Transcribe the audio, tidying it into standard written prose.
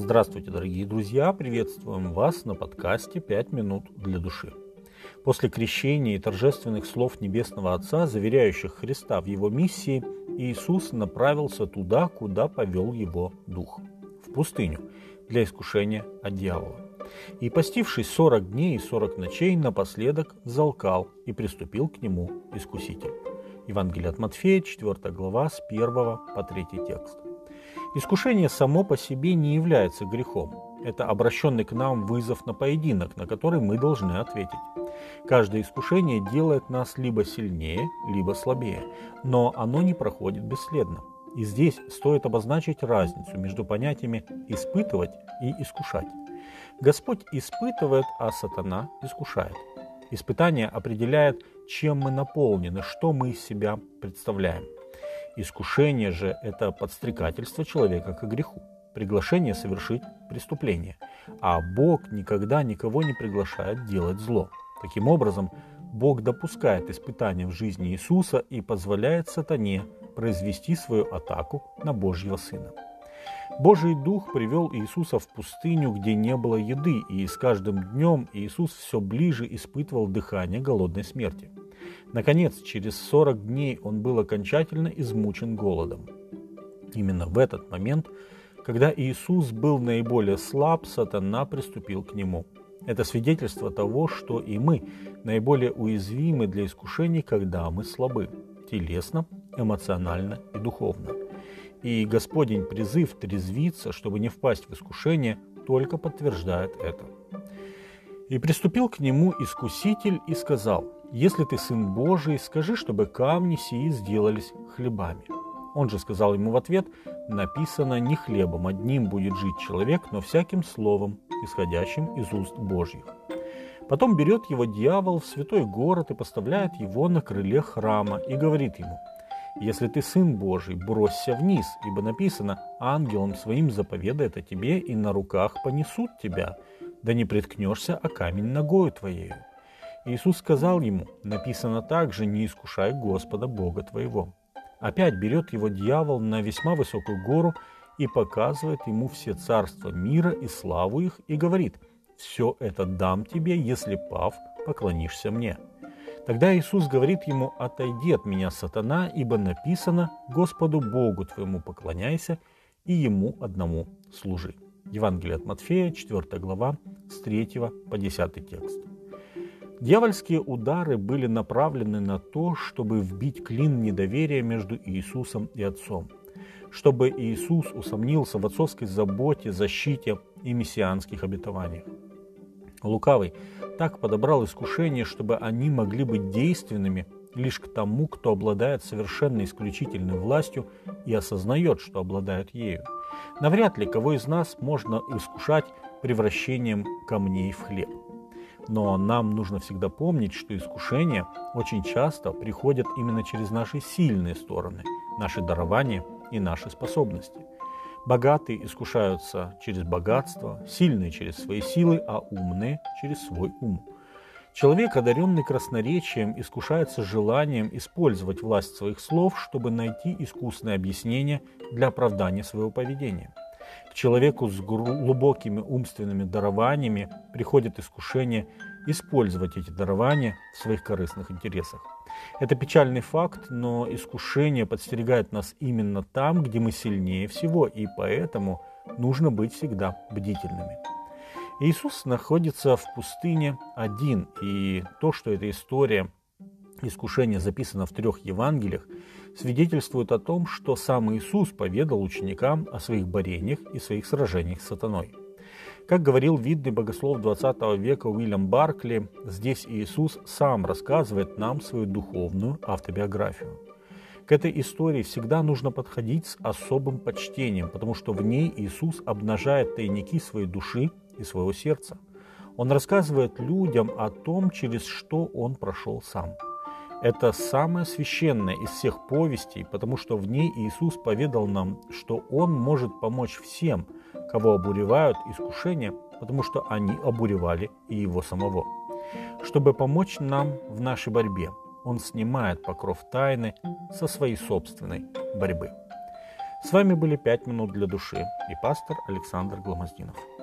Здравствуйте, дорогие друзья! Приветствуем вас на подкасте «5 минут для души». После крещения и торжественных слов Небесного Отца, заверяющих Христа в Его миссии, Иисус направился туда, куда повел Его Дух – в пустыню, для искушения от дьявола. И, постившись 40 дней и 40 ночей, напоследок взалкал, и приступил к Нему Искуситель. Евангелие от Матфея, 4 глава, с 1 по 3 текст. Искушение само по себе не является грехом. Это обращенный к нам вызов на поединок, на который мы должны ответить. Каждое искушение делает нас либо сильнее, либо слабее, но оно не проходит бесследно. И здесь стоит обозначить разницу между понятиями «испытывать» и «искушать». Господь испытывает, а сатана искушает. Испытание определяет, чем мы наполнены, что мы из себя представляем. Искушение же – это подстрекательство человека к греху, приглашение совершить преступление. А Бог никогда никого не приглашает делать зло. Таким образом, Бог допускает испытания в жизни Иисуса и позволяет сатане произвести свою атаку на Божьего Сына. Божий Дух привел Иисуса в пустыню, где не было еды, и с каждым днем Иисус все ближе испытывал дыхание голодной смерти. Наконец, через 40 дней он был окончательно измучен голодом. Именно в этот момент, когда Иисус был наиболее слаб, сатана приступил к нему. Это свидетельство того, что и мы наиболее уязвимы для искушений, когда мы слабы – телесно, эмоционально и духовно. И Господень призыв трезвиться, чтобы не впасть в искушение, только подтверждает это. «И приступил к нему Искуситель и сказал: „Если ты Сын Божий, скажи, чтобы камни сии сделались хлебами“. Он же сказал ему в ответ: „Написано, не хлебом одним будет жить человек, но всяким словом, исходящим из уст Божьих“. Потом берет его дьявол в святой город и поставляет его на крыле храма и говорит ему: „Если ты Сын Божий, бросься вниз, ибо написано: ангелом своим заповедает о тебе, и на руках понесут тебя, да не приткнешься о камень ногою твоею“. Иисус сказал ему: „Написано также: не искушай Господа Бога твоего“. Опять берет его дьявол на весьма высокую гору и показывает ему все царства мира и славу их, и говорит: „Все это дам тебе, если, пав, поклонишься мне“. Тогда Иисус говорит ему: „Отойди от меня, сатана, ибо написано: Господу Богу твоему поклоняйся и Ему одному служи“. Евангелие от Матфея, 4 глава, с 3 по 10 текст. Дьявольские удары были направлены на то, чтобы вбить клин недоверия между Иисусом и Отцом, чтобы Иисус усомнился в отцовской заботе, защите и мессианских обетованиях. Лукавый так подобрал искушения, чтобы они могли быть действенными лишь к тому, кто обладает совершенно исключительной властью и осознает, что обладает ею. Навряд ли кого из нас можно искушать превращением камней в хлеб. Но нам нужно всегда помнить, что искушения очень часто приходят именно через наши сильные стороны, наши дарования и наши способности. Богатые искушаются через богатство, сильные через свои силы, а умные через свой ум. Человек, одаренный красноречием, искушается желанием использовать власть своих слов, чтобы найти искусное объяснение для оправдания своего поведения. К человеку с глубокими умственными дарованиями приходит искушение использовать эти дарования в своих корыстных интересах. Это печальный факт, но искушение подстерегает нас именно там, где мы сильнее всего, и поэтому нужно быть всегда бдительными. Иисус находится в пустыне один, и то, что эта история искушения записана в 3 Евангелиях, свидетельствует о том, что сам Иисус поведал ученикам о своих борениях и своих сражениях с сатаной. Как говорил видный богослов 20 века Уильям Баркли, здесь Иисус сам рассказывает нам свою духовную автобиографию. К этой истории всегда нужно подходить с особым почтением, потому что в ней Иисус обнажает тайники своей души и своего сердца. Он рассказывает людям о том, через что Он прошел сам. Это самое священное из всех повестей, потому что в ней Иисус поведал нам, что Он может помочь всем, кого обуревают искушения, потому что они обуревали и Его самого. Чтобы помочь нам в нашей борьбе, Он снимает покров тайны со своей собственной борьбы. С вами были 5 минут для души и пастор Александр Гломоздинов.